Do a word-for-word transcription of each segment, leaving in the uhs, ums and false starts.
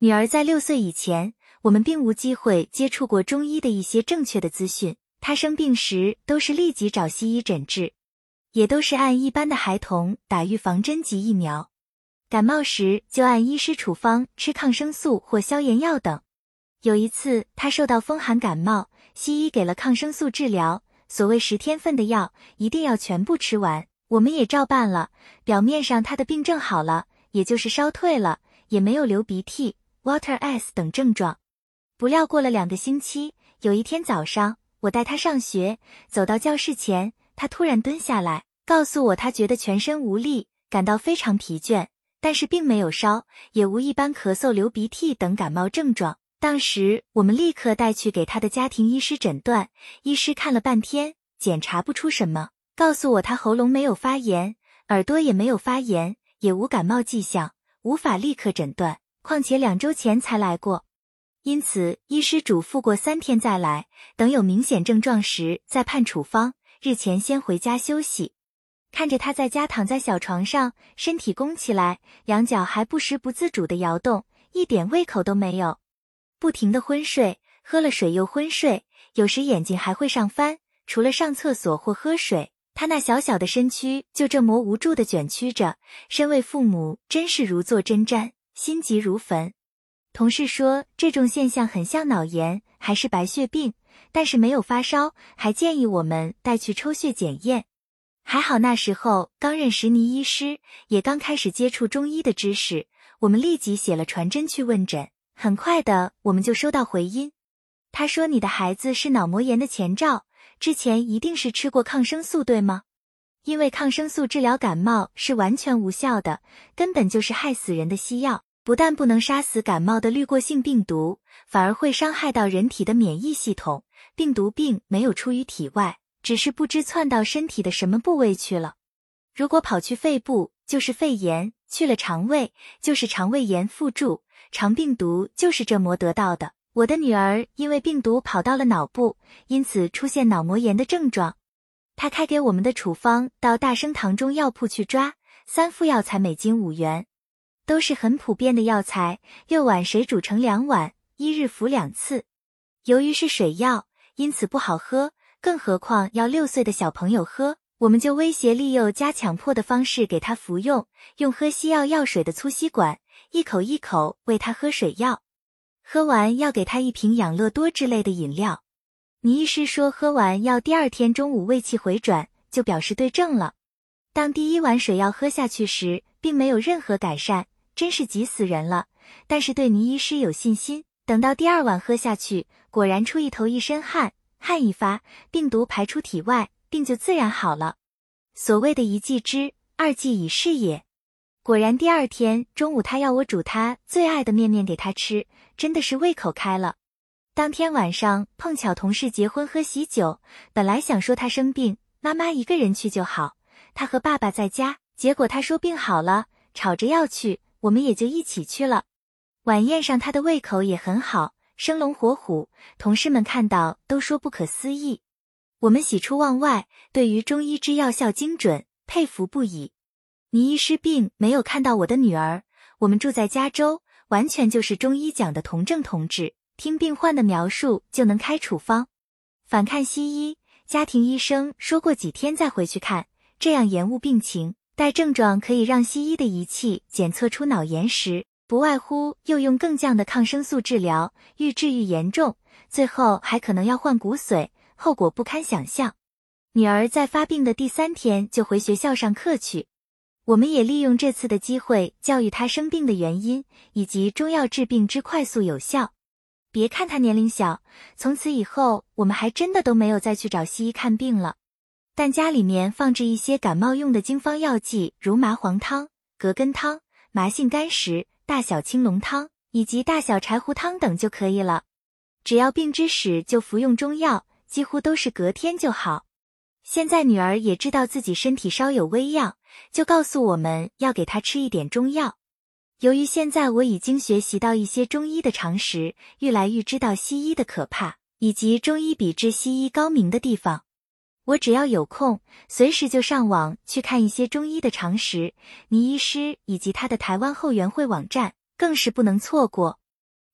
女儿在六岁以前，我们并无机会接触过中医的一些正确的资讯，她生病时都是立即找西医诊治，也都是按一般的孩童打预防针及疫苗。感冒时就按医师处方吃抗生素或消炎药等。有一次她受到风寒感冒，西医给了抗生素治疗，所谓十天份的药一定要全部吃完，我们也照办了。表面上她的病症好了，也就是烧退了，也没有流鼻涕、water S 等症状。不料过了两个星期，有一天早上，我带她上学，走到教室前，她突然蹲下来，告诉我她觉得全身无力，感到非常疲倦，但是并没有烧，也无一般咳嗽、流鼻涕等感冒症状。当时我们立刻带去给她的家庭医师诊断，医师看了半天，检查不出什么，告诉我她喉咙没有发炎，耳朵也没有发炎，也无感冒迹象，无法立刻诊断，况且两周前才来过。因此医师嘱咐过三天再来，等有明显症状时再判处方，日前先回家休息。看着她在家躺在小床上，身体弓起来，两脚还不时不自主地摇动，一点胃口都没有，不停地昏睡，喝了水又昏睡，有时眼睛还会上翻，除了上厕所或喝水，她那小小的身躯就这么无助地卷曲着，身为父母真是如坐针毡，心急如焚。同事说这种现象很像脑炎，还是白血病，但是没有发烧，还建议我们带去抽血检验。还好那时候刚认识倪医师，也刚开始接触中医的知识，我们立即写了传真去问诊，很快的我们就收到回音。他说你的孩子是脑膜炎的前兆，之前一定是吃过抗生素对吗？因为抗生素治疗感冒是完全无效的，根本就是害死人的西药，不但不能杀死感冒的滤过性病毒，反而会伤害到人体的免疫系统，病毒并没有出于体外，只是不知窜到身体的什么部位去了。如果跑去肺部，就是肺炎，去了肠胃，就是肠胃炎附注，肠病毒就是这么得到的。我的女儿因为病毒跑到了脑部，因此出现脑膜炎的症状。她开给我们的处方到大生堂中药铺去抓，三副药材每斤五元，都是很普遍的药材，六碗水煮成两碗，一日服两次。由于是水药，因此不好喝，更何况要六岁的小朋友喝，我们就威胁利诱加强迫的方式给他服用，用喝西药药水的粗吸管，一口一口喂他喝水药。喝完要给他一瓶养乐多之类的饮料。倪医师说喝完药第二天中午胃气回转，就表示对症了。当第一碗水药喝下去时，并没有任何改善，真是急死人了。但是对倪医师有信心，等到第二碗喝下去，果然出一头一身汗，汗一发，病毒排出体外，病就自然好了。所谓的一剂之，二剂已逝也。果然第二天中午他要我煮他最爱的面面给他吃，真的是胃口开了。当天晚上碰巧同事结婚喝喜酒，本来想说他生病，妈妈一个人去就好，他和爸爸在家，结果他说病好了，吵着要去，我们也就一起去了。晚宴上他的胃口也很好，生龙活虎，同事们看到都说不可思议。我们喜出望外，对于中医之药效精准，佩服不已。倪医师并没有看到我的女儿，我们住在加州，完全就是中医讲的同症同治，听病患的描述就能开处方。反看西医，家庭医生说过几天再回去看，这样延误病情，待症状可以让西医的仪器检测出脑炎时，不外乎又用更降的抗生素治疗，愈治愈严重，最后还可能要换骨髓，后果不堪想象。女儿在发病的第三天就回学校上课去。我们也利用这次的机会教育她生病的原因，以及中药治病之快速有效。别看她年龄小，从此以后我们还真的都没有再去找西医看病了。但家里面放置一些感冒用的经方药剂，如麻黄汤、葛根汤、麻杏干石、大小青龙汤以及大小柴胡汤等就可以了。只要病之始就服用中药，几乎都是隔天就好。现在女儿也知道自己身体稍有微恙，就告诉我们要给她吃一点中药。由于现在我已经学习到一些中医的常识，愈来愈知道西医的可怕，以及中医比之西医高明的地方。我只要有空，随时就上网去看一些中医的常识，倪医师以及他的台湾后援会网站更是不能错过。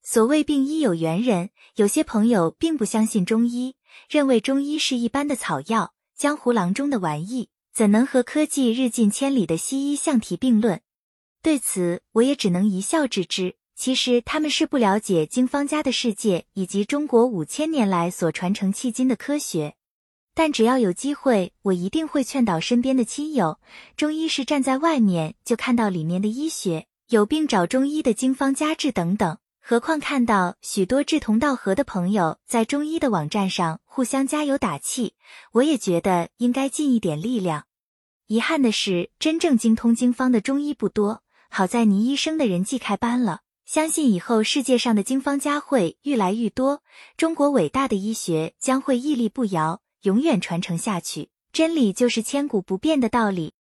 所谓病医有缘人，有些朋友并不相信中医，认为中医是一般的草药，江湖郎中的玩意，怎能和科技日进千里的西医相提并论？对此，我也只能一笑置之。其实他们是不了解经方家的世界以及中国五千年来所传承迄今的科学。但只要有机会，我一定会劝导身边的亲友，中医是站在外面就看到里面的医学，有病找中医的经方家治等等。何况看到许多志同道合的朋友在中医的网站上互相加油打气，我也觉得应该尽一点力量。遗憾的是，真正精通经方的中医不多，好在倪医生的人季开班了，相信以后世界上的经方家会愈来愈多，中国伟大的医学将会屹立不摇，永远传承下去。真理就是千古不变的道理。